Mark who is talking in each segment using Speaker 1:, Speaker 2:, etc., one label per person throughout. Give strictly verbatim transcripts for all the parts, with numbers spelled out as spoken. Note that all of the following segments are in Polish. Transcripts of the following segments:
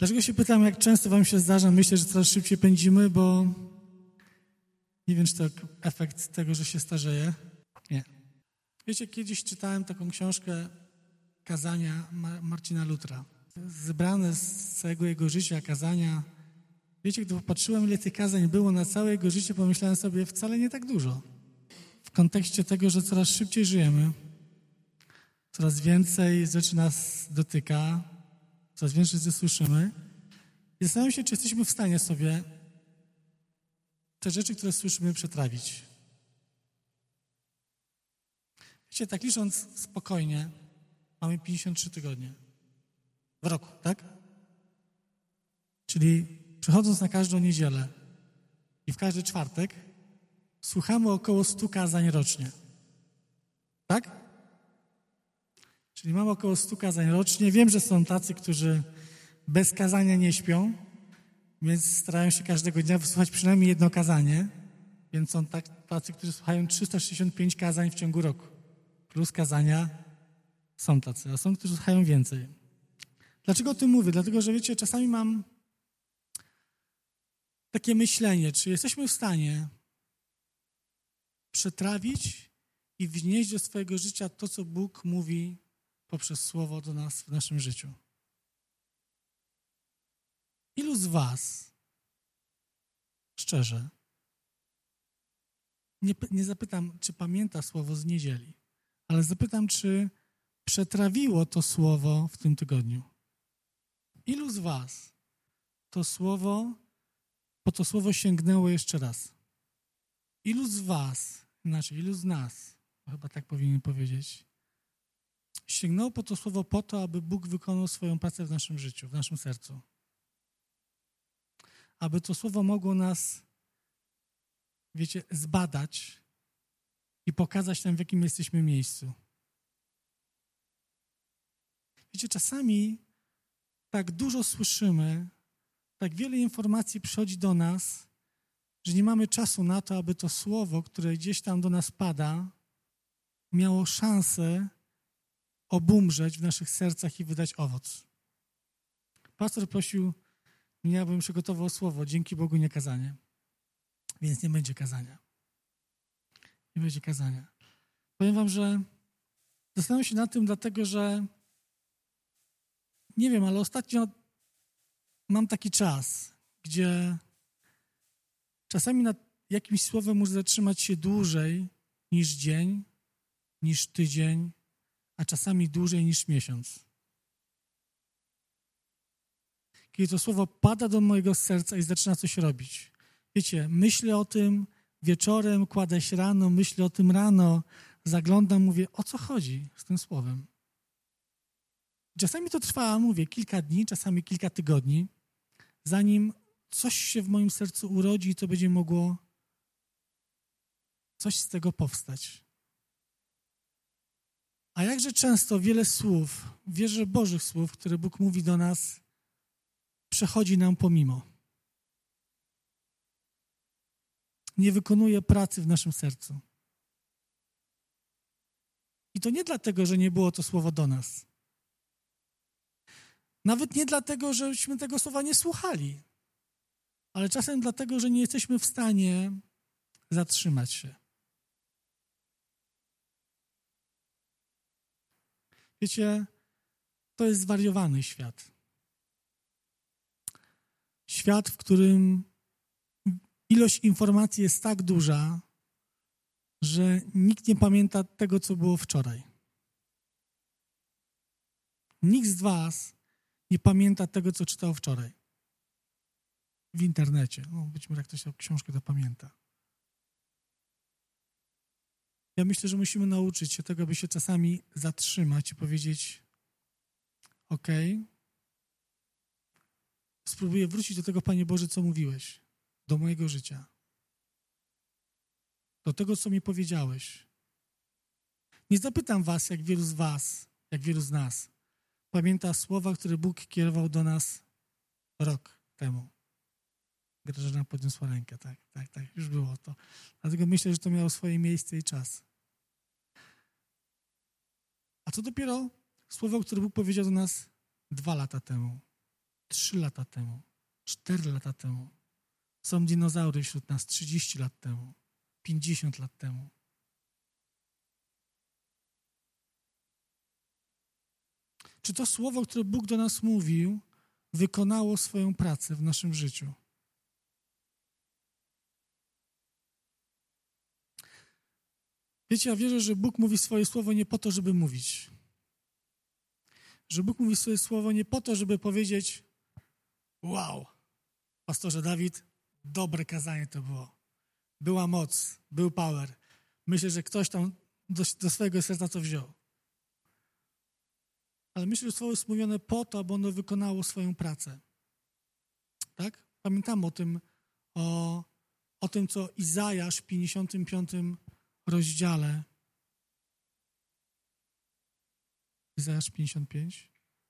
Speaker 1: Dlaczego się pytam, jak często wam się zdarza? Myślę, że coraz szybciej pędzimy, bo nie wiem, czy to efekt tego, że się starzeje. Nie. Wiecie, kiedyś czytałem taką książkę Kazania Marcina Lutra. Zebrane z całego jego życia kazania. Wiecie, gdy popatrzyłem, ile tych kazań było na całe jego życie, pomyślałem sobie, wcale nie tak dużo. W kontekście tego, że coraz szybciej żyjemy, coraz więcej rzeczy nas dotyka, coraz więcej rzeczy słyszymy. I zastanawiam się, czy jesteśmy w stanie sobie te rzeczy, które słyszymy, przetrawić. Wiecie, tak licząc spokojnie, mamy pięćdziesiąt trzy tygodnie w roku, tak? Czyli przychodząc na każdą niedzielę i w każdy czwartek słuchamy około stu kazań rocznie. Tak? Czyli mamy około stu kazań rocznie. Wiem, że są tacy, którzy bez kazania nie śpią, więc starają się każdego dnia wysłuchać przynajmniej jedno kazanie. Więc są tak, tacy, którzy słuchają trzysta sześćdziesiąt pięć kazań w ciągu roku. Plus kazania są tacy, a są, którzy słuchają więcej. Dlaczego o tym mówię? Dlatego, że wiecie, czasami mam takie myślenie, czy jesteśmy w stanie przetrawić i wnieść do swojego życia to, co Bóg mówi poprzez Słowo do nas w naszym życiu. Ilu z was, szczerze, nie, nie zapytam, czy pamięta Słowo z niedzieli, ale zapytam, czy przetrawiło to Słowo w tym tygodniu? Ilu z was to Słowo, po to Słowo sięgnęło jeszcze raz? Ilu z was, znaczy ilu z nas, chyba tak powinien powiedzieć, sięgnęło po to Słowo po to, aby Bóg wykonał swoją pracę w naszym życiu, w naszym sercu? Aby to Słowo mogło nas, wiecie, zbadać i pokazać nam, w jakim jesteśmy miejscu. Wiecie, czasami tak dużo słyszymy, tak wiele informacji przychodzi do nas, że nie mamy czasu na to, aby to Słowo, które gdzieś tam do nas pada, miało szansę obumrzeć w naszych sercach i wydać owoc. Pastor prosił mnie, abym przygotował Słowo. Dzięki Bogu nie kazanie. Więc nie będzie kazania. Nie będzie kazania. Powiem wam, że zastanawiam się nad tym, dlatego że nie wiem, ale ostatnio mam taki czas, gdzie czasami nad jakimś słowem muszę zatrzymać się dłużej niż dzień, niż tydzień, a czasami dłużej niż miesiąc. Kiedy to słowo pada do mojego serca i zaczyna coś robić. Wiecie, myślę o tym wieczorem, kładę się rano, myślę o tym rano, zaglądam, mówię, o co chodzi z tym słowem? Czasami to trwa, mówię, kilka dni, czasami kilka tygodni, zanim coś się w moim sercu urodzi i to będzie mogło coś z tego powstać. A jakże często wiele słów, wierzę Bożych słów, które Bóg mówi do nas, przechodzi nam pomimo. Nie wykonuje pracy w naszym sercu. I to nie dlatego, że nie było to słowo do nas. Nawet nie dlatego, żeśmy tego słowa nie słuchali, ale czasem dlatego, że nie jesteśmy w stanie zatrzymać się. Wiecie, to jest zwariowany świat. Świat, w którym ilość informacji jest tak duża, że nikt nie pamięta tego, co było wczoraj. Nikt z was nie pamięta tego, co czytał wczoraj. W internecie. No, być może jak ktoś tę książkę to pamięta. Ja myślę, że musimy nauczyć się tego, by się czasami zatrzymać i powiedzieć okej, okay, spróbuję wrócić do tego, Panie Boże, co mówiłeś, do mojego życia. Do tego, co mi powiedziałeś. Nie zapytam was, jak wielu z was, jak wielu z nas pamięta słowa, które Bóg kierował do nas rok temu. Grażyna podniosła rękę, tak, tak, tak, już było to. Dlatego myślę, że to miało swoje miejsce i czas. A co dopiero słowo, które Bóg powiedział do nas dwa lata temu, trzy lata temu, cztery lata temu. Są dinozaury wśród nas trzydzieści lat temu, pięćdziesiąt lat temu. Czy to słowo, które Bóg do nas mówił, wykonało swoją pracę w naszym życiu? Wiecie, ja wierzę, że Bóg mówi swoje słowo nie po to, żeby mówić. Że Bóg mówi swoje słowo nie po to, żeby powiedzieć: wow, pastorze Dawid, dobre kazanie to było. Była moc, był power. Myślę, że ktoś tam do, do swojego serca to wziął. Ale myślę, że słowo jest mówione po to, aby ono wykonało swoją pracę. Tak? Pamiętam o tym, o, o tym, co Izajasz w pięćdziesiątym piątym rozdziale. Izajasz pięćdziesiąt pięć.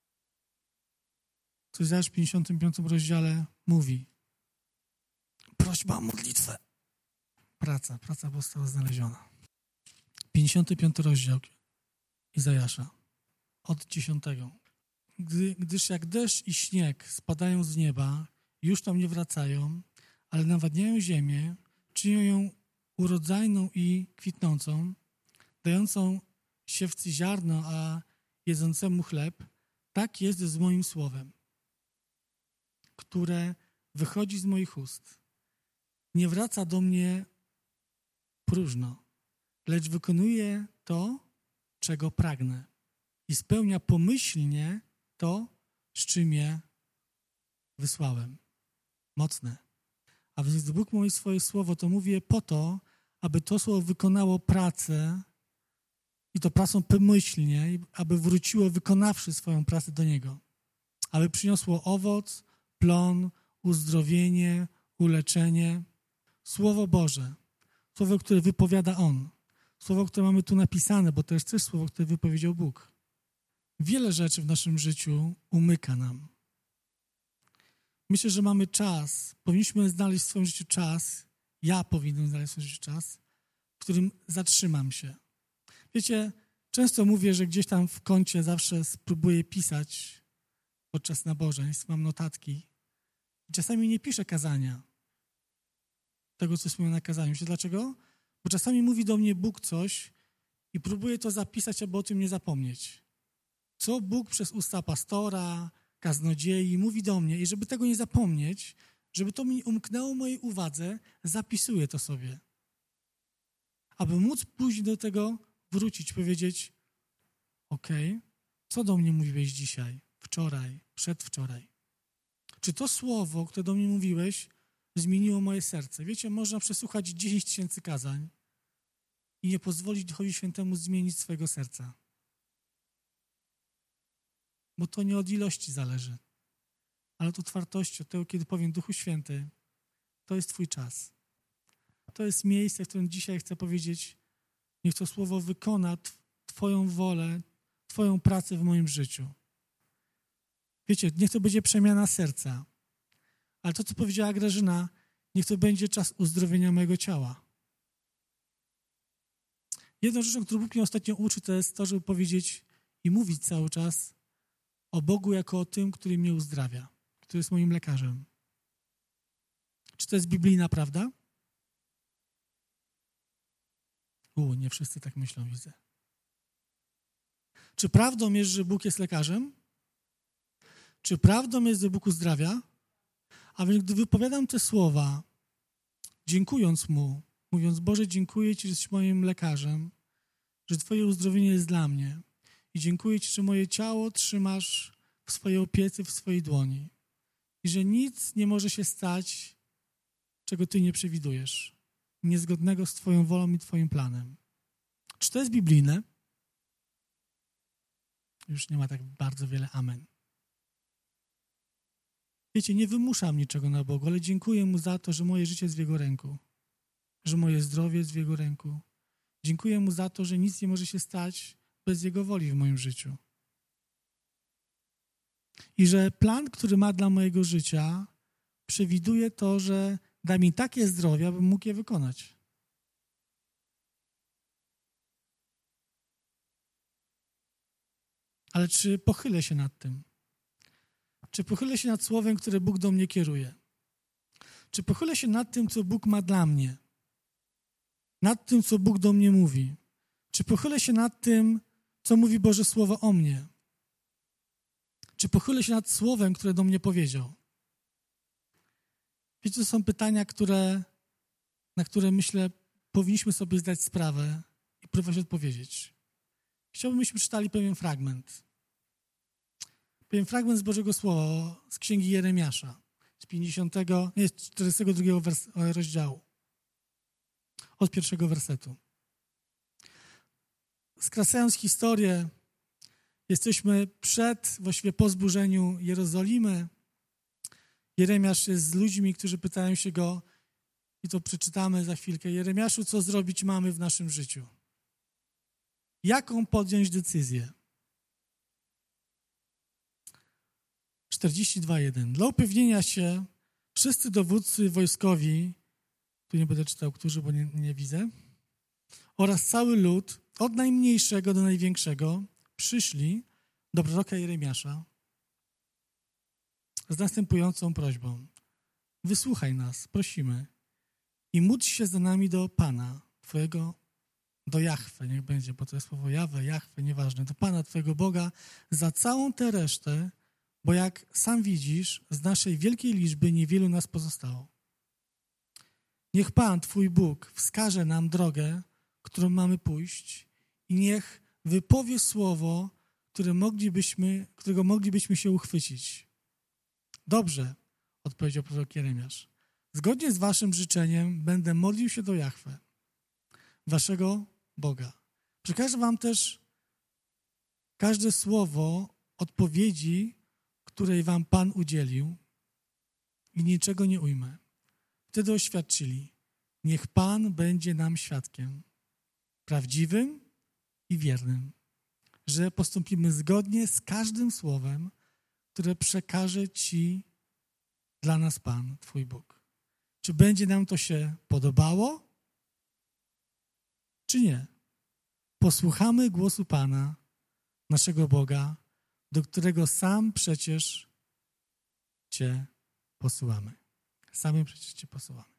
Speaker 1: Co Izajasz w pięćdziesiątym piątym rozdziale mówi. Prośba o modlitwę. Praca, praca została znaleziona. pięćdziesiąty piąty rozdział Izajasza. Od dziesiątego. Gdy, gdyż jak deszcz i śnieg spadają z nieba, już tam nie wracają, ale nawadniają ziemię, czynią ją urodzajną i kwitnącą, dającą siewcy ziarno, a jedzącemu chleb, tak jest z moim słowem, które wychodzi z moich ust. Nie wraca do mnie próżno, lecz wykonuje to, czego pragnę i spełnia pomyślnie to, z czym je wysłałem. Mocne. A więc gdy Bóg mówi swoje słowo, to mówię po to, aby to słowo wykonało pracę i to pracą pomyślnie, aby wróciło wykonawszy swoją pracę do Niego. Aby przyniosło owoc, plon, uzdrowienie, uleczenie. Słowo Boże, słowo, które wypowiada On. Słowo, które mamy tu napisane, bo to jest też słowo, które wypowiedział Bóg. Wiele rzeczy w naszym życiu umyka nam. Myślę, że mamy czas, powinniśmy znaleźć w swoim życiu czas, ja powinienem znaleźć w swoim życiu czas, w którym zatrzymam się. Wiecie, często mówię, że gdzieś tam w kącie zawsze spróbuję pisać podczas nabożeństw, mam notatki. Czasami nie piszę kazania, tego, co wspomniałem na kazaniu. Wiecie dlaczego? Bo czasami mówi do mnie Bóg coś i próbuję to zapisać, aby o tym nie zapomnieć. Co Bóg przez usta pastora, kaznodziei mówi do mnie i żeby tego nie zapomnieć, żeby to mi umknęło mojej uwadze, zapisuję to sobie. Aby móc później do tego wrócić, powiedzieć: okej, co do mnie mówiłeś dzisiaj, wczoraj, przedwczoraj? Czy to słowo, które do mnie mówiłeś, zmieniło moje serce? Wiecie, można przesłuchać dziesięć tysięcy kazań i nie pozwolić Duchowi Świętemu zmienić swojego serca. Bo to nie od ilości zależy, ale od otwartości, od tego, kiedy powiem: Duchu Święty, to jest Twój czas. To jest miejsce, w którym dzisiaj chcę powiedzieć: niech to słowo wykona Twoją wolę, Twoją pracę w moim życiu. Wiecie, niech to będzie przemiana serca. Ale to, co powiedziała Grażyna, niech to będzie czas uzdrowienia mojego ciała. Jedną rzeczą, którą Bóg mnie ostatnio uczy, to jest to, żeby powiedzieć i mówić cały czas o Bogu jako o tym, który mnie uzdrawia, który jest moim lekarzem. Czy to jest biblijna prawda? U, nie wszyscy tak myślą, widzę. Czy prawdą jest, że Bóg jest lekarzem? Czy prawdą jest, że Bóg uzdrawia? A więc gdy wypowiadam te słowa, dziękując Mu, mówiąc: Boże, dziękuję Ci, że jesteś moim lekarzem, że Twoje uzdrowienie jest dla mnie i dziękuję Ci, że moje ciało trzymasz w swojej opiece, w swojej dłoni i że nic nie może się stać, czego Ty nie przewidujesz, niezgodnego z Twoją wolą i Twoim planem. Czy to jest biblijne? Już nie ma tak bardzo wiele amen. Wiecie, nie wymuszam niczego na Bogu, ale dziękuję Mu za to, że moje życie jest w Jego ręku, że moje zdrowie jest w Jego ręku. Dziękuję Mu za to, że nic nie może się stać bez Jego woli w moim życiu. I że plan, który ma dla mojego życia, przewiduje to, że da mi takie zdrowie, abym mógł je wykonać. Ale czy pochylę się nad tym? Czy pochylę się nad słowem, które Bóg do mnie kieruje? Czy pochylę się nad tym, co Bóg ma dla mnie? Nad tym, co Bóg do mnie mówi? Czy pochylę się nad tym, co mówi Boże Słowo o mnie? Czy pochylę się nad słowem, które do mnie powiedział? Wiecie, to są pytania, które, na które myślę, powinniśmy sobie zdać sprawę i próbować odpowiedzieć. Chciałbym, byśmy czytali pewien fragment. Pewien fragment z Bożego Słowa, z Księgi Jeremiasza, z pięćdziesiątego, nie, z czterdziestego drugiego wers- rozdziału, od pierwszego wersetu. Skracając historię, jesteśmy przed, właściwie po zburzeniu Jerozolimy. Jeremiasz jest z ludźmi, którzy pytają się go, i to przeczytamy za chwilkę, Jeremiaszu, co zrobić mamy w naszym życiu? Jaką podjąć decyzję? czterdzieści dwa jeden. Dla upewnienia się wszyscy dowódcy wojskowi, tu nie będę czytał, którzy, bo nie, nie widzę, oraz cały lud, od najmniejszego do największego, przyszli do proroka Jeremiasza z następującą prośbą. Wysłuchaj nas, prosimy, i módl się za nami do Pana, Twojego, do Jahwe, niech będzie, bo to jest słowo Jahwe, Jahwe, nieważne, do Pana, Twojego Boga, za całą tę resztę, bo jak sam widzisz, z naszej wielkiej liczby niewielu nas pozostało. Niech Pan, Twój Bóg, wskaże nam drogę, którą mamy pójść i niech wypowie słowo, które moglibyśmy, którego moglibyśmy się uchwycić. Dobrze, odpowiedział prorok Jeremiasz. Zgodnie z waszym życzeniem będę modlił się do Jahwe, waszego Boga. Przekażę wam też każde słowo odpowiedzi, której wam Pan udzielił i niczego nie ujmę. Wtedy oświadczyli, niech Pan będzie nam świadkiem, prawdziwym i wiernym, że postąpimy zgodnie z każdym słowem, które przekaże Ci dla nas Pan, Twój Bóg. Czy będzie nam to się podobało, czy nie? Posłuchamy głosu Pana, naszego Boga, do którego sam przecież Cię posyłamy. Samym przecież Cię posyłamy.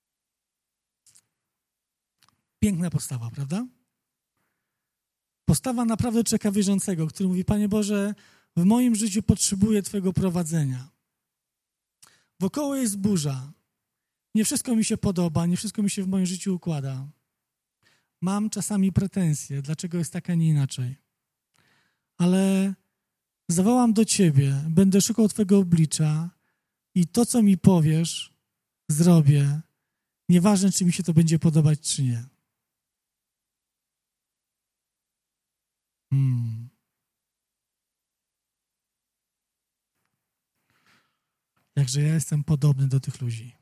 Speaker 1: Piękna postawa, prawda? Postawa naprawdę czeka wierzącego, który mówi, Panie Boże, w moim życiu potrzebuję Twojego prowadzenia. Wokoło jest burza. Nie wszystko mi się podoba, nie wszystko mi się w moim życiu układa. Mam czasami pretensje, dlaczego jest tak, a nie inaczej. Ale zawołam do Ciebie, będę szukał Twojego oblicza i to, co mi powiesz, zrobię. Nieważne, czy mi się to będzie podobać, czy nie. Hmm. Jakże ja jestem podobny do tych ludzi.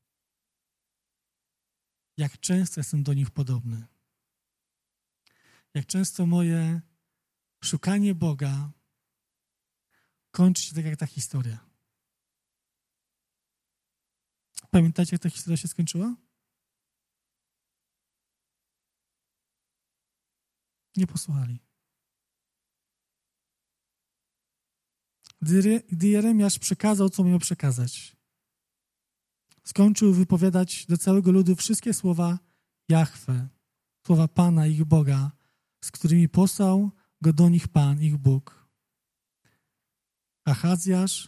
Speaker 1: Jak często jestem do nich podobny. Jak często moje szukanie Boga kończy się tak jak ta historia. Pamiętacie, jak ta historia się skończyła? Nie posłuchali. Gdy, gdy Jeremiasz przekazał, co miał przekazać, skończył wypowiadać do całego ludu wszystkie słowa Jahwe, słowa Pana, ich Boga, z którymi posłał go do nich Pan, ich Bóg. Achazjasz,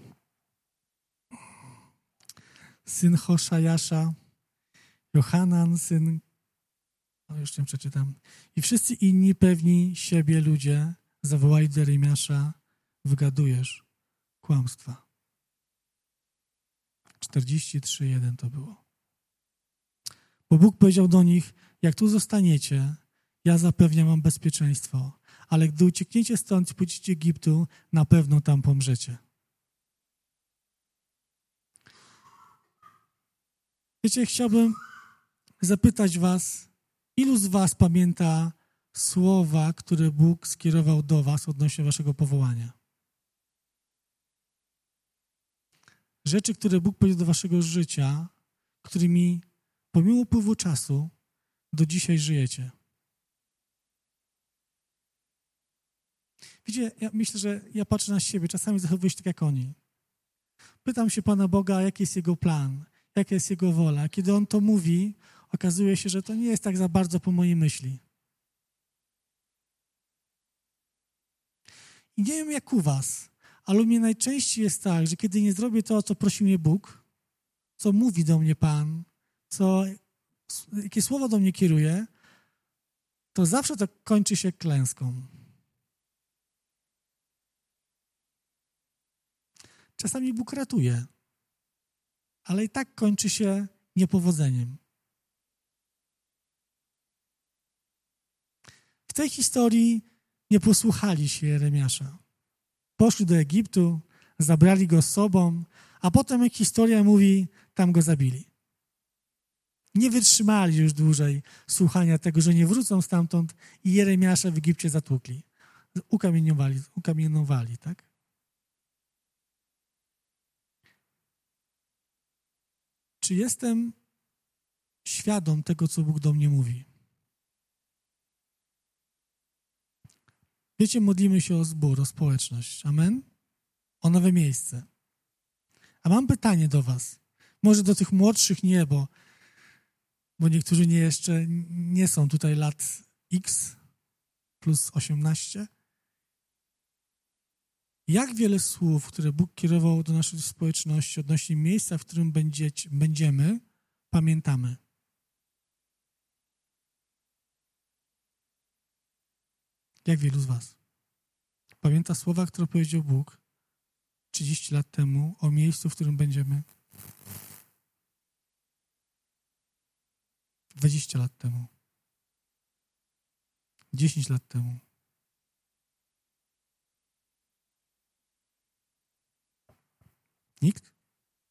Speaker 1: syn Hoszajasza, Johanan, syn, no już nie przeczytam, i wszyscy inni pewni siebie ludzie zawołali do Jeremiasza, wygadujesz kłamstwa. czterdzieści trzy jeden to było. Bo Bóg powiedział do nich, jak tu zostaniecie, ja zapewniam wam bezpieczeństwo, ale gdy uciekniecie stąd i pójdziecie do Egiptu, na pewno tam pomrzecie. Wiecie, chciałbym zapytać was, ilu z was pamięta słowa, które Bóg skierował do was odnośnie waszego powołania? Rzeczy, które Bóg powiedział do waszego życia, którymi pomimo upływu czasu do dzisiaj żyjecie. Wiecie, ja myślę, że ja patrzę na siebie, czasami zachowuję się tak jak oni. Pytam się Pana Boga, jaki jest Jego plan, jaka jest Jego wola. Kiedy On to mówi, okazuje się, że to nie jest tak za bardzo po mojej myśli. I nie wiem jak u was, ale u mnie najczęściej jest tak, że kiedy nie zrobię to, o co prosi mnie Bóg, co mówi do mnie Pan, co, jakie słowa do mnie kieruje, to zawsze to kończy się klęską. Czasami Bóg ratuje, ale i tak kończy się niepowodzeniem. W tej historii nie posłuchali się Jeremiasza. Poszli do Egiptu, zabrali go z sobą, a potem, jak historia mówi, tam go zabili. Nie wytrzymali już dłużej słuchania tego, że nie wrócą stamtąd i Jeremiasza w Egipcie zatłukli. Ukamienowali, ukamienowali, tak? Czy jestem świadom tego, co Bóg do mnie mówi? Wiecie, modlimy się o zbór, o społeczność. Amen? O nowe miejsce. A mam pytanie do was. Może do tych młodszych nie, bo, bo niektórzy nie jeszcze nie są tutaj lat X plus osiemnaście. Jak wiele słów, które Bóg kierował do naszej społeczności odnośnie miejsca, w którym będziecie, będziemy, pamiętamy? Jak wielu z was pamięta słowa, które powiedział Bóg trzydzieści lat temu o miejscu, w którym będziemy? dwadzieścia lat temu. dziesięć lat temu. Nikt?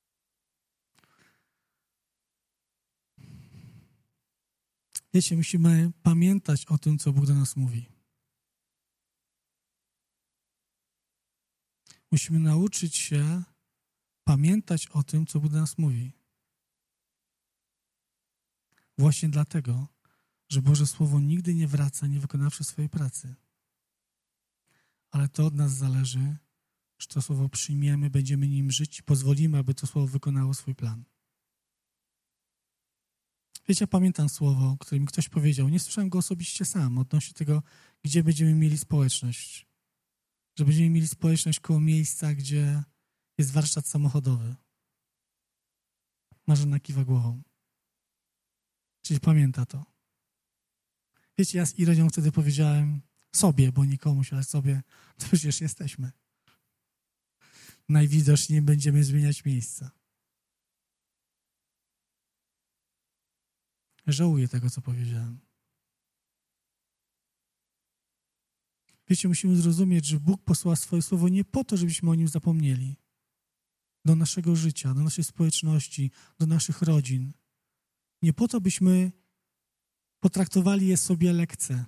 Speaker 1: Wiecie, musimy pamiętać o tym, co Bóg do nas mówi. Musimy nauczyć się pamiętać o tym, co Bóg do nas mówi. Właśnie dlatego, że Boże Słowo nigdy nie wraca, nie wykonawszy swojej pracy. Ale to od nas zależy, że to Słowo przyjmiemy, będziemy nim żyć i pozwolimy, aby to Słowo wykonało swój plan. Wiecie, ja pamiętam słowo, które mi ktoś powiedział. Nie słyszałem go osobiście sam odnośnie tego, gdzie będziemy mieli społeczność. Że będziemy mieli społeczność koło miejsca, gdzie jest warsztat samochodowy. Marzena kiwa głową. Czyli pamięta to. Wiecie, ja z ironią wtedy powiedziałem sobie, bo nie komuś, ale sobie, to przecież jesteśmy. Najwidoczniej będziemy zmieniać miejsca. Żałuję tego, co powiedziałem. Wiecie, musimy zrozumieć, że Bóg posłał swoje słowo nie po to, żebyśmy o nim zapomnieli. Do naszego życia, do naszej społeczności, do naszych rodzin. Nie po to, byśmy potraktowali je sobie lekce.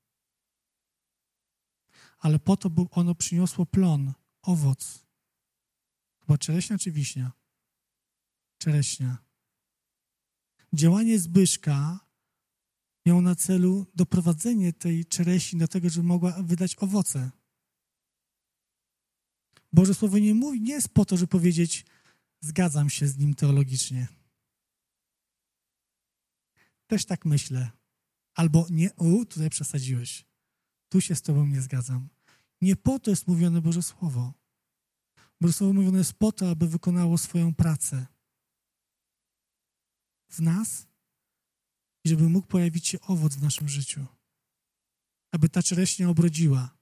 Speaker 1: Ale po to, by ono przyniosło plon, owoc. Chyba czereśnia czy wiśnia? Czereśnia. Działanie Zbyszka miało na celu doprowadzenie tej czereśni do tego, żeby mogła wydać owoce. Boże Słowo nie mówi, nie jest po to, żeby powiedzieć, zgadzam się z nim teologicznie. Też tak myślę. Albo nie, u, tutaj przesadziłeś. Tu się z tobą nie zgadzam. Nie po to jest mówione Boże Słowo. Boże Słowo mówione jest po to, aby wykonało swoją pracę w nas i żeby mógł pojawić się owoc w naszym życiu. Aby ta czereśnia obrodziła.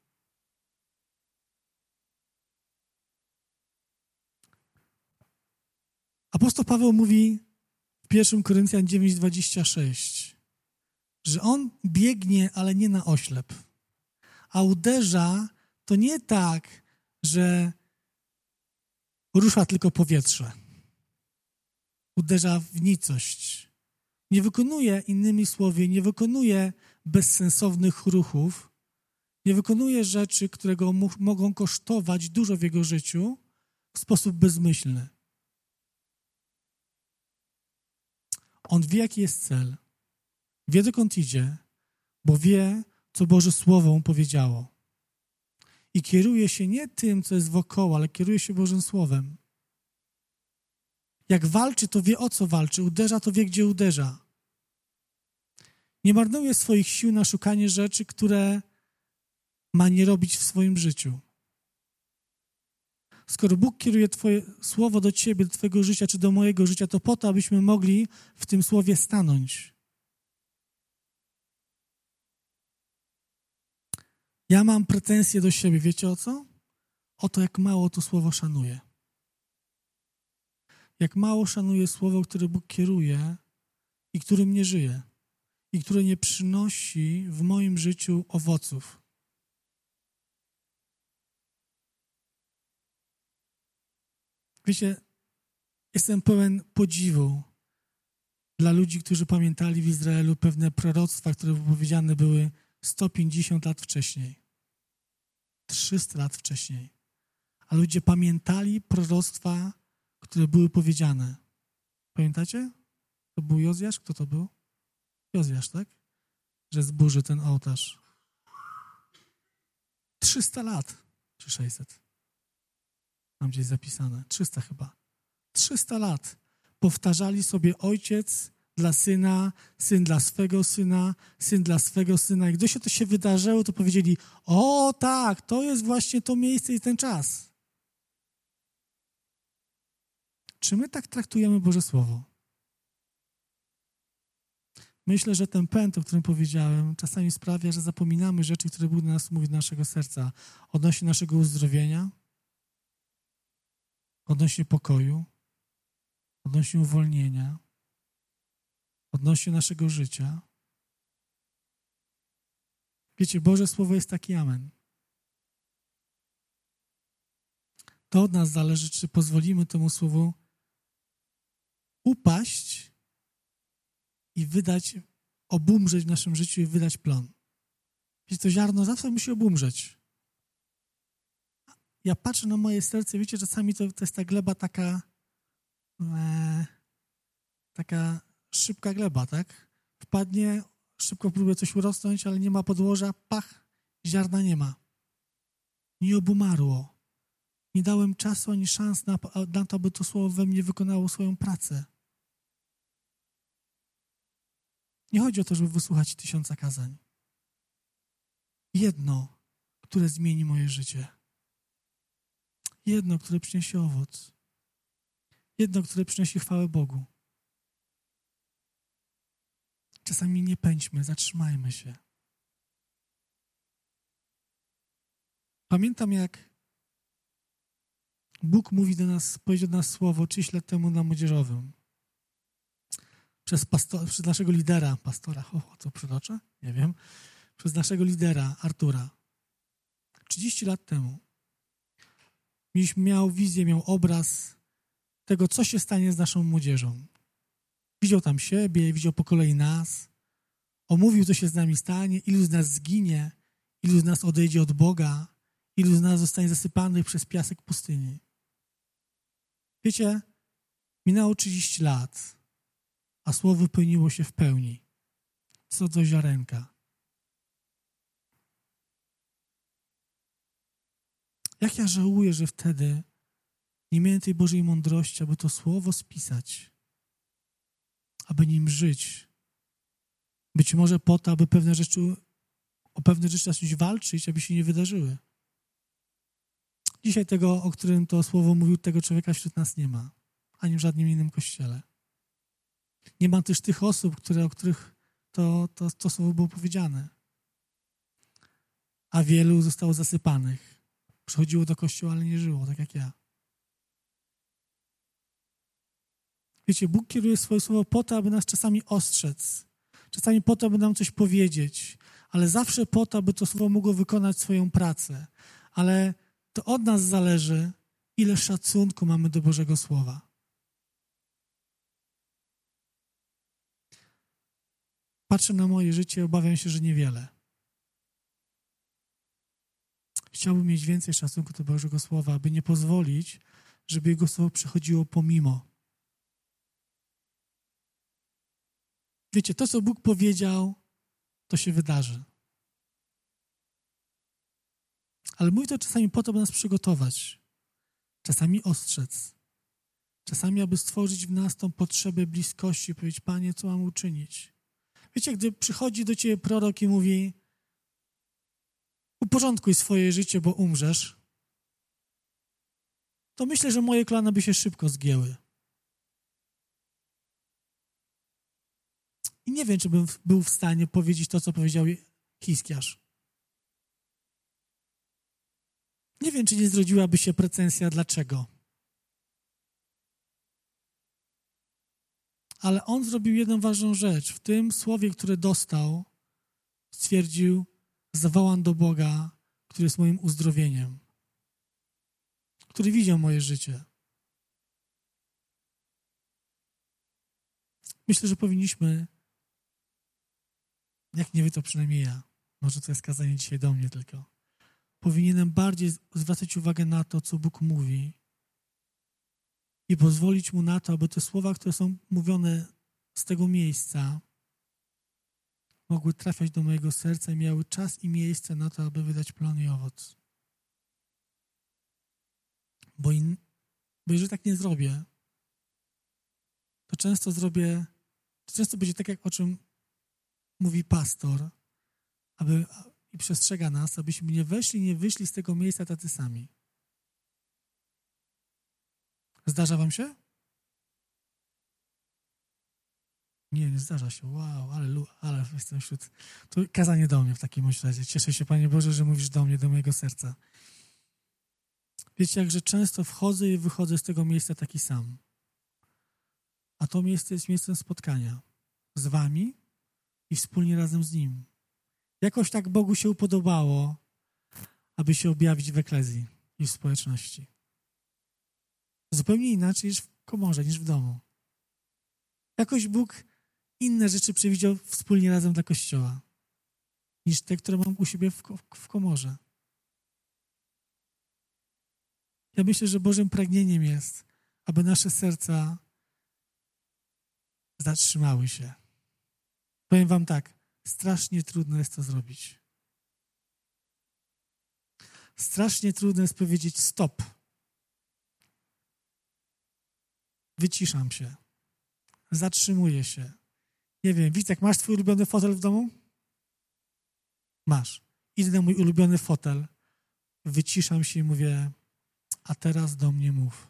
Speaker 1: Apostoł Paweł mówi w pierwszym Koryntian dziewięć dwadzieścia sześć, że on biegnie, ale nie na oślep. A uderza to nie tak, że rusza tylko powietrze. Uderza w nicość. Nie wykonuje, innymi słowy, nie wykonuje bezsensownych ruchów, nie wykonuje rzeczy, które go mu, mogą kosztować dużo w jego życiu w sposób bezmyślny. On wie, jaki jest cel. Wie, dokąd idzie, bo wie, co Boże Słowo mu powiedziało. i kieruje się nie tym, co jest wokoło, ale kieruje się Bożym Słowem. Jak walczy, to wie, o co walczy. Uderza, to wie, gdzie uderza. Nie marnuje swoich sił na szukanie rzeczy, które ma nie robić w swoim życiu. Skoro Bóg kieruje Twoje słowo do Ciebie, do Twojego życia, czy do mojego życia, to po to, abyśmy mogli w tym słowie stanąć. Ja mam pretensje do siebie, wiecie o co? O to, jak mało to słowo szanuję. Jak mało szanuję słowo, które Bóg kieruje i którym nie żyje. I które nie przynosi w moim życiu owoców. Wiecie, jestem pełen podziwu dla ludzi, którzy pamiętali w Izraelu pewne proroctwa, które wypowiedziane były sto pięćdziesiąt lat wcześniej. trzysta lat wcześniej. A ludzie pamiętali proroctwa, które były powiedziane. Pamiętacie? To był Jozjasz? Kto to był? Jozjasz, tak? Że zburzy ten ołtarz. trzysta lat. Czy sześćset? Mam gdzieś zapisane. trzysta chyba. trzysta lat. Powtarzali sobie ojciec dla syna, syn dla swego syna, syn dla swego syna. I gdy się to się wydarzyło, to powiedzieli: o tak, to jest właśnie to miejsce i ten czas. Czy my tak traktujemy Boże Słowo? Myślę, że ten pęd, o którym powiedziałem, czasami sprawia, że zapominamy rzeczy, które Bóg do nas mówi, do naszego serca, odnośnie naszego uzdrowienia, odnośnie pokoju, odnośnie uwolnienia, odnośnie naszego życia. Wiecie, Boże Słowo jest taki amen. To od nas zależy, czy pozwolimy temu Słowu upaść i wydać, obumrzeć w naszym życiu i wydać plon. Wiecie, to ziarno zawsze musi obumrzeć. Ja patrzę na moje serce, wiecie, czasami to, to jest ta gleba taka e, taka szybka gleba, tak? Wpadnie, szybko próbuje coś urosnąć, ale nie ma podłoża, pach, ziarna nie ma. Nie obumarło. Nie dałem czasu ani szans na, na to, aby to słowo we mnie wykonało swoją pracę. Nie chodzi o to, żeby wysłuchać tysiąca kazań. Jedno, które zmieni moje życie. Jedno, które przyniesie owoc. Jedno, które przyniesie chwałę Bogu. Czasami nie pędźmy, zatrzymajmy się. Pamiętam, jak Bóg mówi do nas, powiedział do nas słowo trzydzieści lat temu na młodzieżowym. Przez, pastor, przez naszego lidera, pastora, o, o co przytoczę? Nie wiem. Przez naszego lidera, Artura. trzydzieści lat temu. Mieliśmy, miał wizję, miał obraz tego, co się stanie z naszą młodzieżą. Widział tam siebie, widział po kolei nas. Omówił, co się z nami stanie, ilu z nas zginie, ilu z nas odejdzie od Boga, ilu z nas zostanie zasypanych przez piasek pustyni. Wiecie, minęło trzydzieści lat, a słowo wypełniło się w pełni. Co do ziarenka. Jak ja żałuję, że wtedy nie miałem tej Bożej mądrości, aby to słowo spisać, aby nim żyć. Być może po to, aby pewne rzeczy, o pewne rzeczy zacząć walczyć, aby się nie wydarzyły. Dzisiaj tego, o którym to słowo mówił, tego człowieka wśród nas nie ma. Ani w żadnym innym kościele. Nie ma też tych osób, które, o których to, to, to słowo było powiedziane. A wielu zostało zasypanych. Przychodziło do kościoła, ale nie żyło, tak jak ja. Wiecie, Bóg kieruje swoje słowo po to, aby nas czasami ostrzec. Czasami po to, aby nam coś powiedzieć. Ale zawsze po to, aby to słowo mogło wykonać swoją pracę. Ale to od nas zależy, ile szacunku mamy do Bożego Słowa. Patrzę na moje życie i obawiam się, że niewiele. Chciałbym mieć więcej szacunku do Bożego Słowa, aby nie pozwolić, żeby Jego Słowo przychodziło pomimo. Wiecie, to, co Bóg powiedział, to się wydarzy. Ale mówi to czasami po to, by nas przygotować, czasami ostrzec, czasami aby stworzyć w nas tą potrzebę bliskości i powiedzieć: Panie, co mam uczynić? Wiecie, gdy przychodzi do ciebie prorok i mówi: uporządkuj swoje życie, bo umrzesz, to myślę, że moje kolana by się szybko zgięły. I nie wiem, czy bym był w stanie powiedzieć to, co powiedział Hiskiarz. Nie wiem, czy nie zrodziłaby się pretensja, dlaczego. Ale on zrobił jedną ważną rzecz. W tym słowie, które dostał, stwierdził: zawołam do Boga, który jest moim uzdrowieniem, który widział moje życie. Myślę, że powinniśmy, jak nie wy, to przynajmniej ja, może to jest kazanie dzisiaj do mnie tylko, powinienem bardziej zwracać uwagę na to, co Bóg mówi i pozwolić Mu na to, aby te słowa, które są mówione z tego miejsca, mogły trafiać do mojego serca i miały czas i miejsce na to, aby wydać plon i owoc. Bo, in, bo jeżeli tak nie zrobię, to często zrobię, to często będzie tak, jak o czym mówi pastor, aby, i przestrzega nas, abyśmy nie weszli, nie wyszli z tego miejsca tacy sami. Zdarza wam się? Nie, nie zdarza się. Wow, ale, ale jestem wśród... To kazanie do mnie w takim razie. Cieszę się, Panie Boże, że mówisz do mnie, do mojego serca. Wiecie, jakże często wchodzę i wychodzę z tego miejsca taki sam. A to miejsce jest miejscem spotkania z wami i wspólnie razem z Nim. Jakoś tak Bogu się upodobało, aby się objawić w eklezji i w społeczności. Zupełnie inaczej niż w komorze, niż w domu. Jakoś Bóg inne rzeczy przewidział wspólnie razem dla Kościoła, niż te, które mam u siebie w, w komorze. Ja myślę, że Bożym pragnieniem jest, aby nasze serca zatrzymały się. Powiem wam tak, strasznie trudno jest to zrobić. Strasznie trudno jest powiedzieć stop. Wyciszam się. Zatrzymuję się. Nie wiem, Wicek, masz twój ulubiony fotel w domu? Masz. Idę na mój ulubiony fotel. Wyciszam się i mówię: a teraz do mnie mów.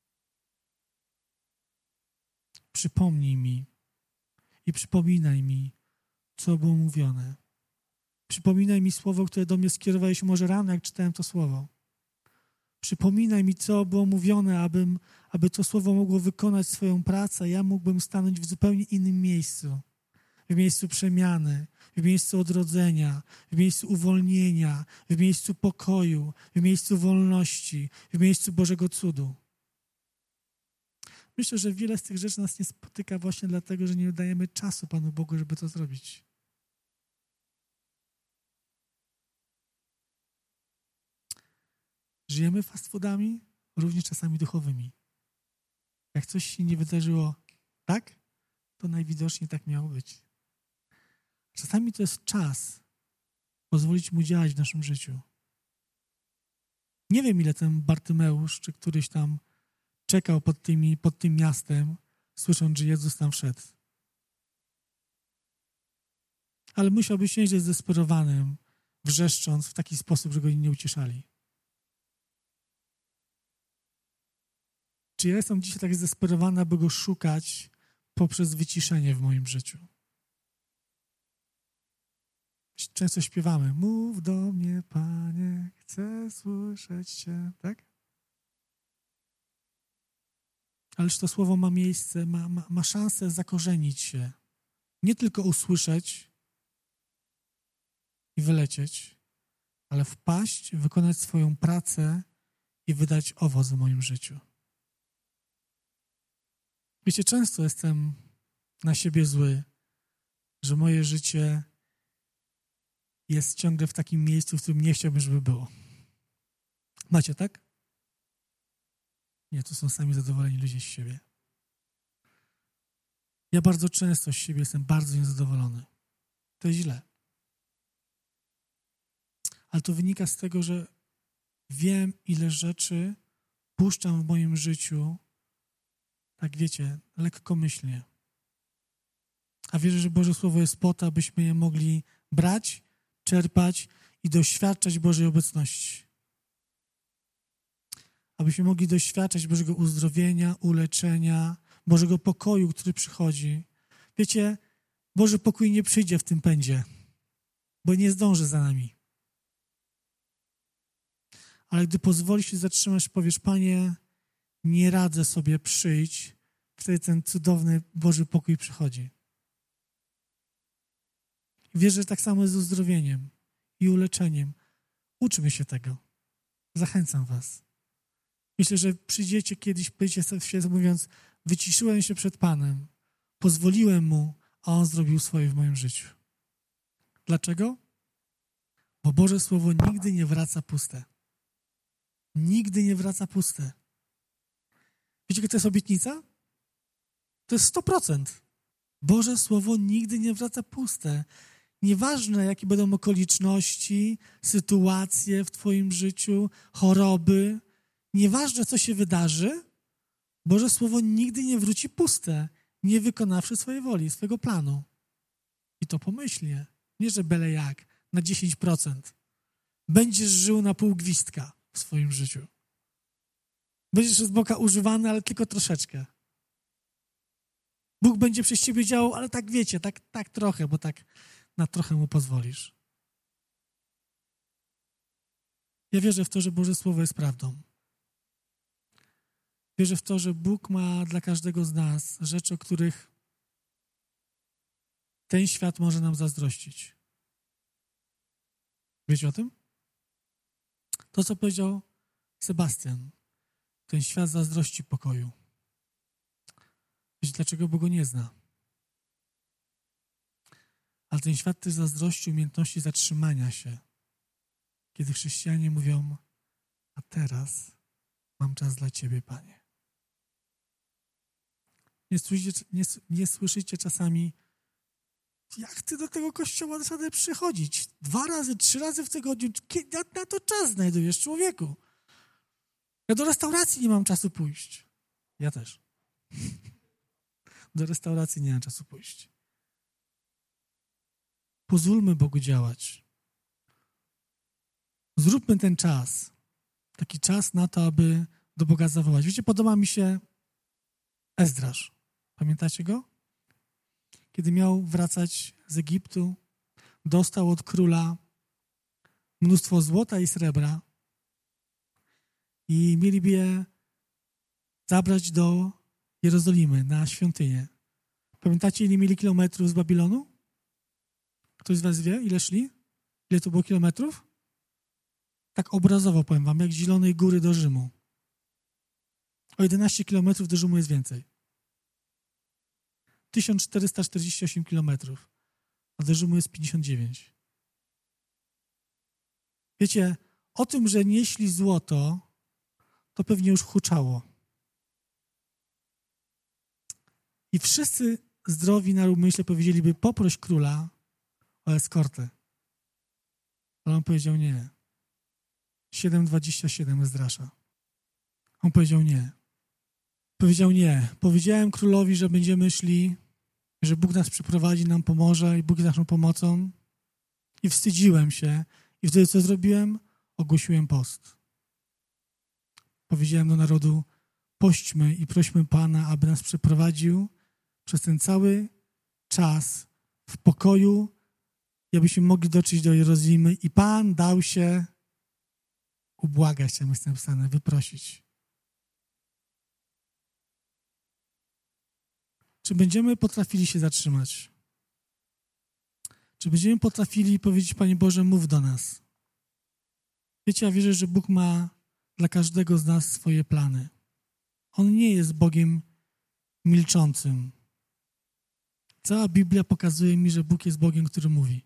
Speaker 1: Przypomnij mi i przypominaj mi, co było mówione. Przypominaj mi słowo, które do mnie skierowałeś może rano, jak czytałem to słowo. Przypominaj mi, co było mówione, abym, aby to słowo mogło wykonać swoją pracę. Ja mógłbym stanąć w zupełnie innym miejscu. W miejscu przemiany, w miejscu odrodzenia, w miejscu uwolnienia, w miejscu pokoju, w miejscu wolności, w miejscu Bożego cudu. Myślę, że wiele z tych rzeczy nas nie spotyka właśnie dlatego, że nie dajemy czasu Panu Bogu, żeby to zrobić. Żyjemy fast foodami, również czasami duchowymi. Jak coś się nie wydarzyło tak, to najwidoczniej tak miało być. Czasami to jest czas pozwolić Mu działać w naszym życiu. Nie wiem, ile ten Bartymeusz, czy któryś tam czekał pod, tymi, pod tym miastem, słysząc, że Jezus tam wszedł. Ale musiał być nieźle zdesperowanym, wrzeszcząc w taki sposób, że go inni nie uciszali. Czy ja jestem dzisiaj tak zdesperowany, aby go szukać poprzez wyciszenie w moim życiu? Często śpiewamy: mów do mnie, Panie, chcę słyszeć Cię, tak? Ależ to słowo ma miejsce, ma, ma, ma szansę zakorzenić się. Nie tylko usłyszeć i wylecieć, ale wpaść, wykonać swoją pracę i wydać owoc w moim życiu. Wiecie, często jestem na siebie zły, że moje życie jest ciągle w takim miejscu, w którym nie chciałbym, żeby było. Macie, tak? Nie, to są sami zadowoleni ludzie z siebie. Ja bardzo często z siebie jestem bardzo niezadowolony. To jest źle. Ale to wynika z tego, że wiem, ile rzeczy puszczam w moim życiu, tak wiecie, lekkomyślnie. A wierzę, że Boże Słowo jest po to, abyśmy je mogli brać, czerpać i doświadczać Bożej obecności. Abyśmy mogli doświadczać Bożego uzdrowienia, uleczenia, Bożego pokoju, który przychodzi. Wiecie, Boży pokój nie przyjdzie w tym pędzie, bo nie zdąży za nami. Ale gdy pozwolisz się zatrzymać, powiesz, Panie, nie radzę sobie, przyjść, wtedy ten cudowny Boży pokój przychodzi. Wierzę, że tak samo jest z uzdrowieniem i uleczeniem. Uczmy się tego. Zachęcam was. Myślę, że przyjdziecie kiedyś, powiecie sobie mówiąc, wyciszyłem się przed Panem, pozwoliłem Mu, a On zrobił swoje w moim życiu. Dlaczego? Bo Boże Słowo nigdy nie wraca puste. Nigdy nie wraca puste. Wiecie, jaka to jest obietnica? To jest sto procent. Boże Słowo nigdy nie wraca puste. Nieważne, jakie będą okoliczności, sytuacje w twoim życiu, choroby, nieważne, co się wydarzy, Boże Słowo nigdy nie wróci puste, nie wykonawszy swojej woli, swojego planu. I to pomyślnie. Nie, że byle jak, na dziesięć procent. Będziesz żył na pół gwizdka w swoim życiu. Będziesz z Boga używany, ale tylko troszeczkę. Bóg będzie przez ciebie działał, ale tak wiecie, tak, tak trochę, bo tak na trochę Mu pozwolisz. Ja wierzę w to, że Boże Słowo jest prawdą. Wierzę w to, że Bóg ma dla każdego z nas rzeczy, o których ten świat może nam zazdrościć. Wiecie o tym? To, co powiedział Sebastian. Ten świat zazdrości pokoju. Wiecie, dlaczego? Bo go nie zna. Ale ten świat też zazdrości umiejętności zatrzymania się. Kiedy chrześcijanie mówią, a teraz mam czas dla Ciebie, Panie. Nie słyszycie, nie, nie słyszycie czasami, jak Ty do tego kościoła zasadę przychodzić? Dwa razy, trzy razy w tygodniu. Kiedy na to czas znajdujesz, człowieku? Ja do restauracji nie mam czasu pójść. Ja też. Do restauracji nie mam czasu pójść. Pozwólmy Bogu działać. Zróbmy ten czas. Taki czas na to, aby do Boga zawołać. Wiecie, podoba mi się Ezdrasz. Pamiętacie go? Kiedy miał wracać z Egiptu, dostał od króla mnóstwo złota i srebra i mieliby je zabrać do Jerozolimy na świątynię. Pamiętacie, ile mieli kilometrów z Babilonu? Ktoś z was wie, ile szli? Ile to było kilometrów? Tak obrazowo powiem wam, jak z Zielonej Góry do Rzymu. O jedenaście kilometrów do Rzymu jest więcej. tysiąc czterysta czterdzieści osiem kilometrów, a do Rzymu jest pięćdziesiąt dziewięć. Wiecie, o tym, że nieśli złoto, to pewnie już huczało. I wszyscy zdrowi na umyśle powiedzieliby, poproś króla o eskortę. Ale on powiedział nie. siedem dwadzieścia siedem Ezdrasza. On powiedział nie. Powiedział nie. Powiedziałem królowi, że będziemy szli, że Bóg nas przyprowadzi, nam pomoże i Bóg jest naszą pomocą. I wstydziłem się. I wtedy co zrobiłem? Ogłosiłem post. Powiedziałem do narodu, pośćmy i prośmy Pana, aby nas przeprowadził przez ten cały czas w pokoju i abyśmy mogli dotrzeć do Jerozolimy. I Pan dał się ubłagać, tam jest napisane, wyprosić. Czy będziemy potrafili się zatrzymać? Czy będziemy potrafili powiedzieć, Panie Boże, mów do nas? Wiecie, ja wierzę, że Bóg ma dla każdego z nas swoje plany. On nie jest Bogiem milczącym. Cała Biblia pokazuje mi, że Bóg jest Bogiem, który mówi.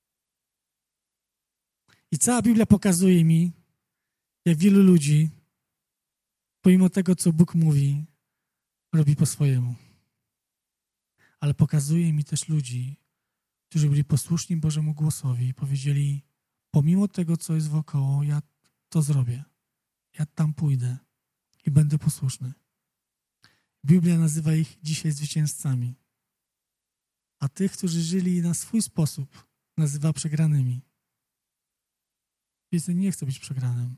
Speaker 1: I cała Biblia pokazuje mi, jak wielu ludzi, pomimo tego, co Bóg mówi, robi po swojemu. Ale pokazuje mi też ludzi, którzy byli posłuszni Bożemu głosowi i powiedzieli, pomimo tego, co jest wokoło, ja to zrobię. Ja tam pójdę i będę posłuszny. Biblia nazywa ich dzisiaj zwycięzcami. A tych, którzy żyli na swój sposób, nazywa przegranymi. Wiecie, nie chcę być przegranym.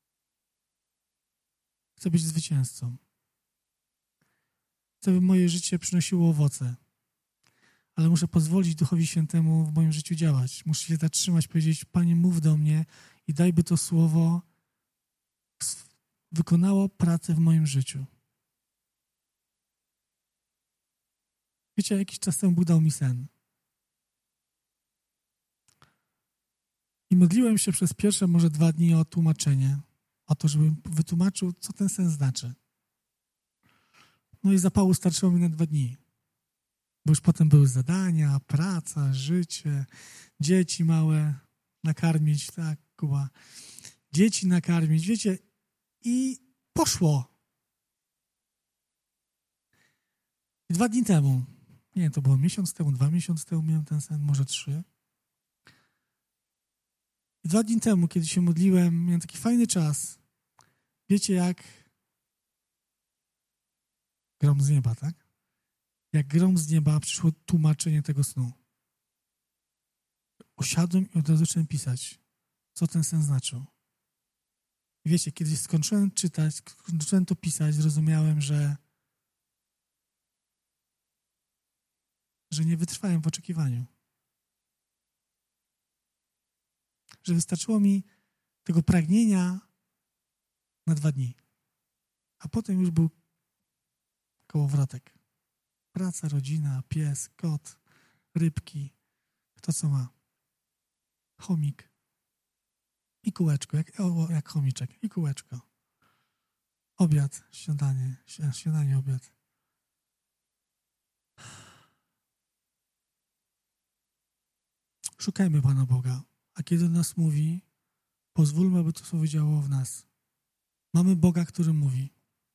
Speaker 1: Chcę być zwycięzcą. Chcę, by moje życie przynosiło owoce. Ale muszę pozwolić Duchowi Świętemu w moim życiu działać. Muszę się zatrzymać, powiedzieć: Panie, mów do mnie i daj, by to słowo wykonało pracę w moim życiu. Wiecie, jakiś czas temu Bóg dał mi sen. I modliłem się przez pierwsze może dwa dni o tłumaczenie, o to, żebym wytłumaczył, co ten sen znaczy. No i zapału starczyło mi na dwa dni. Bo już potem były zadania, praca, życie, dzieci małe nakarmić, tak, Kuba, dzieci nakarmić, wiecie, i poszło. I dwa dni temu, nie wiem, to było miesiąc temu, dwa miesiące temu miałem ten sen, może trzy. I dwa dni temu, kiedy się modliłem, miałem taki fajny czas. Wiecie, jak grom z nieba, tak? Jak grom z nieba przyszło tłumaczenie tego snu. Usiadłem i od razu zacząłem pisać, co ten sen znaczył. I wiecie, kiedy skończyłem czytać, skończyłem to pisać, zrozumiałem, że że nie wytrwałem w oczekiwaniu. Że wystarczyło mi tego pragnienia na dwa dni. A potem już był kołowrotek. Praca, rodzina, pies, kot, rybki, kto co ma. Chomik i kółeczko, jak, o, jak chomiczek, i kółeczko. Obiad, śniadanie, śniadanie, obiad. Szukajmy Pana Boga, a kiedy do nas mówi, pozwólmy, aby to słowo działało w nas. Mamy Boga, który mówi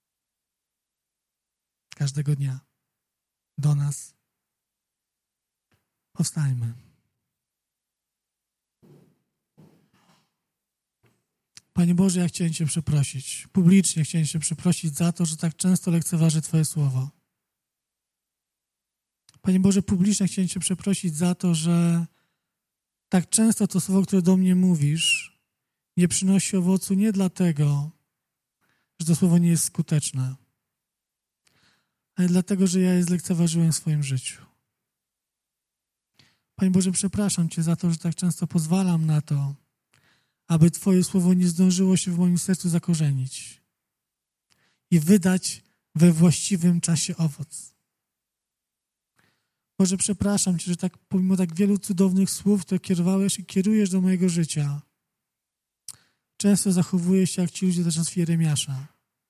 Speaker 1: każdego dnia do nas. Powstańmy. Panie Boże, ja chciałem Cię przeprosić. Publicznie chciałem Cię przeprosić za to, że tak często lekceważę Twoje słowo. Panie Boże, publicznie chciałem Cię przeprosić za to, że tak często to słowo, które do mnie mówisz, nie przynosi owocu nie dlatego, że to słowo nie jest skuteczne, ale dlatego, że ja je zlekceważyłem w swoim życiu. Panie Boże, przepraszam Cię za to, że tak często pozwalam na to, aby Twoje słowo nie zdążyło się w moim sercu zakorzenić i wydać we właściwym czasie owoc. Boże, przepraszam Cię, że tak pomimo tak wielu cudownych słów, które kierowałeś i kierujesz do mojego życia, często zachowuję się jak ci ludzie za czasów Jeremiasza.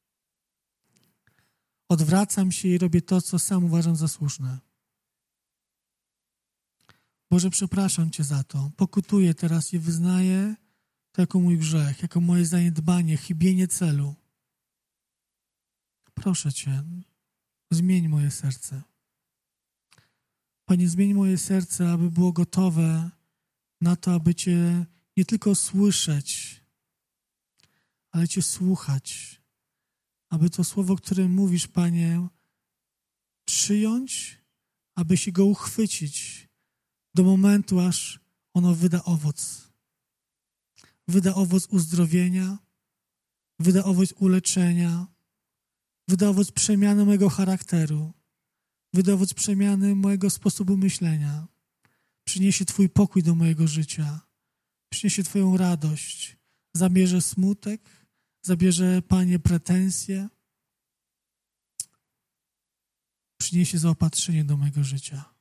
Speaker 1: Odwracam się i robię to, co sam uważam za słuszne. Boże, przepraszam Cię za to. Pokutuję teraz i wyznaję to jako mój grzech, jako moje zaniedbanie, chybienie celu. Proszę Cię, zmień moje serce. Panie, zmień moje serce, aby było gotowe na to, aby Cię nie tylko słyszeć, ale Cię słuchać. Aby to słowo, które mówisz, Panie, przyjąć, aby się go uchwycić do momentu, aż ono wyda owoc. Wyda owoc uzdrowienia, wyda owoc uleczenia, wyda owoc przemiany mojego charakteru, wyda owoc przemiany mojego sposobu myślenia. Przyniesie Twój pokój do mojego życia, przyniesie Twoją radość, zabierze smutek, zabierze, Panie, pretensje, przyniesie zaopatrzenie do mojego życia.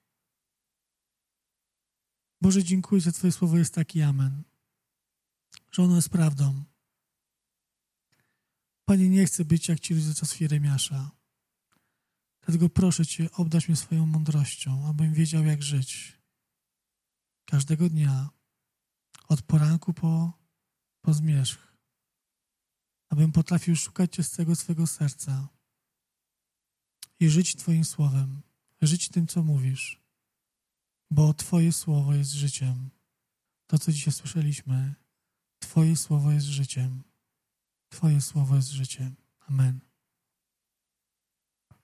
Speaker 1: Boże, dziękuję, że Twoje słowo jest taki amen, że ono jest prawdą. Panie, nie chcę być jak ci ludzie z czasów Jeremiasza. Dlatego proszę Cię, obdarz mnie swoją mądrością, abym wiedział, jak żyć. Każdego dnia, od poranku po, po zmierzch. Abym potrafił szukać Cię z całego swego serca i żyć Twoim słowem, żyć tym, co mówisz, bo Twoje słowo jest życiem. To, co dzisiaj słyszeliśmy, Twoje słowo jest życiem. Twoje słowo jest życiem. Amen.